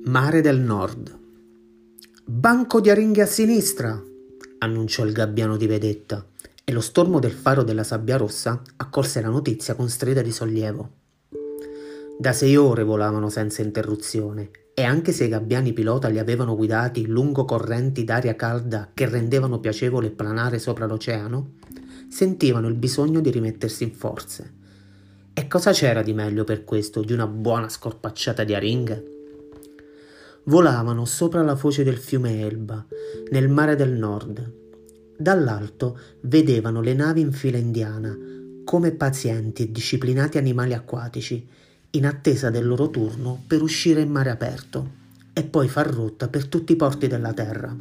Mare del Nord. Banco di aringhe a sinistra, annunciò il gabbiano di vedetta, e lo stormo del faro della Sabbia Rossa accolse la notizia con strida di sollievo. Da 6 ore volavano senza interruzione, e anche se i gabbiani pilota li avevano guidati lungo correnti d'aria calda che rendevano piacevole planare sopra l'oceano, sentivano il bisogno di rimettersi in forze. E cosa c'era di meglio per questo di una buona scorpacciata di aringhe? Volavano sopra la foce del fiume Elba, nel mare del Nord. Dall'alto vedevano le navi in fila indiana, come pazienti e disciplinati animali acquatici, in attesa del loro turno per uscire in mare aperto e poi far rotta per tutti i porti della terra.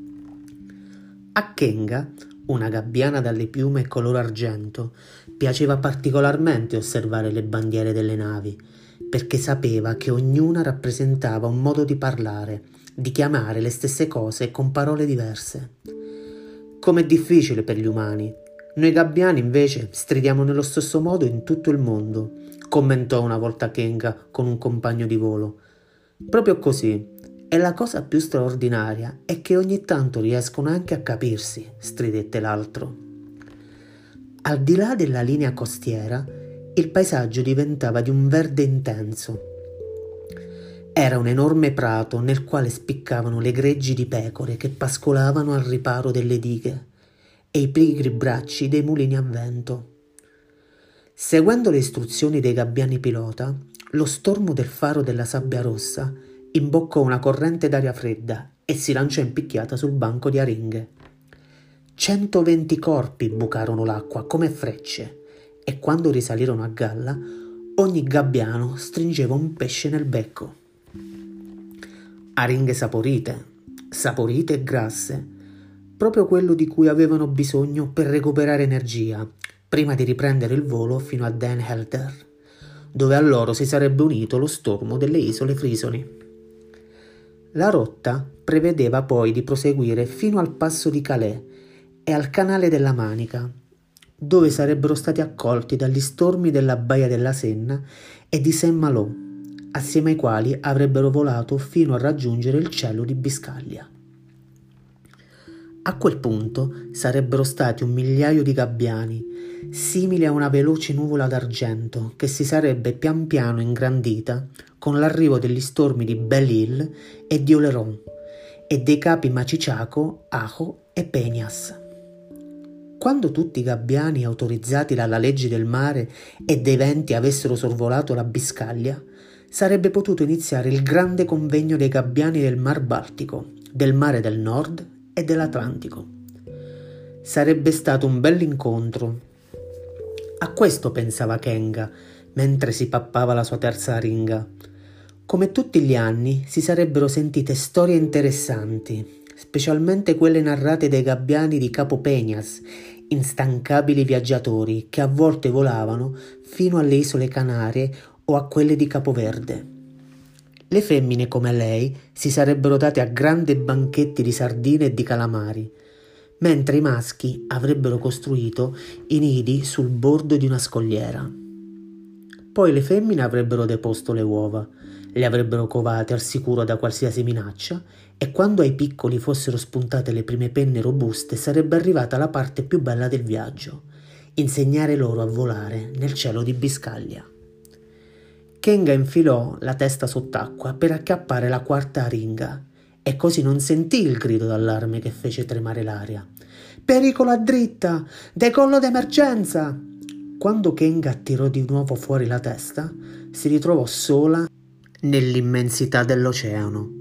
A Kenga, una gabbiana dalle piume color argento, piaceva particolarmente osservare le bandiere delle navi, perché sapeva che ognuna rappresentava un modo di parlare, di chiamare le stesse cose con parole diverse. Com'è difficile per gli umani. Noi gabbiani invece stridiamo nello stesso modo in tutto il mondo, commentò una volta Kenga con un compagno di volo. Proprio così. E la cosa più straordinaria è che ogni tanto riescono anche a capirsi, stridette l'altro. Al di là della linea costiera, il paesaggio diventava di un verde intenso. Era un enorme prato nel quale spiccavano le greggi di pecore che pascolavano al riparo delle dighe e i pigri bracci dei mulini a vento. Seguendo le istruzioni dei gabbiani pilota, lo stormo del faro della Sabbia Rossa imboccò una corrente d'aria fredda e si lanciò in picchiata sul banco di aringhe. 120 corpi bucarono l'acqua come frecce e quando risalirono a galla ogni gabbiano stringeva un pesce nel becco. Aringhe saporite e grasse, proprio quello di cui avevano bisogno per recuperare energia prima di riprendere il volo fino a Den Helder, dove a loro si sarebbe unito lo stormo delle isole Frisoni. La rotta prevedeva poi di proseguire fino al passo di Calais e al canale della Manica, dove sarebbero stati accolti dagli stormi della Baia della Senna e di Saint-Malo, assieme ai quali avrebbero volato fino a raggiungere il cielo di Biscaglia. A quel punto sarebbero stati 1 migliaio di gabbiani, simili a una veloce nuvola d'argento che si sarebbe pian piano ingrandita con l'arrivo degli stormi di Belle-Île e di Oléron e dei capi Macichaco, Ajo e Peñas. Quando tutti i gabbiani autorizzati dalla legge del mare e dei venti avessero sorvolato la Biscaglia, sarebbe potuto iniziare il grande convegno dei gabbiani del Mar Baltico, del Mare del Nord e dell'Atlantico. Sarebbe stato un bell'incontro. A questo pensava Kenga, mentre si pappava la sua terza aringa. Come tutti gli anni si sarebbero sentite storie interessanti, specialmente quelle narrate dai gabbiani di Capo Peñas, instancabili viaggiatori che a volte volavano fino alle isole Canarie o a quelle di Capoverde. Le femmine come lei si sarebbero date a grandi banchetti di sardine e di calamari, mentre i maschi avrebbero costruito i nidi sul bordo di una scogliera. Poi le femmine avrebbero deposto le uova, le avrebbero covate al sicuro da qualsiasi minaccia e quando ai piccoli fossero spuntate le prime penne robuste sarebbe arrivata la parte più bella del viaggio, insegnare loro a volare nel cielo di Biscaglia. Kenga infilò la testa sott'acqua per acchiappare la quarta aringa e così non sentì il grido d'allarme che fece tremare l'aria. «Pericolo a dritta! Decollo d'emergenza!» Quando Kenga tirò di nuovo fuori la testa, si ritrovò sola nell'immensità dell'oceano.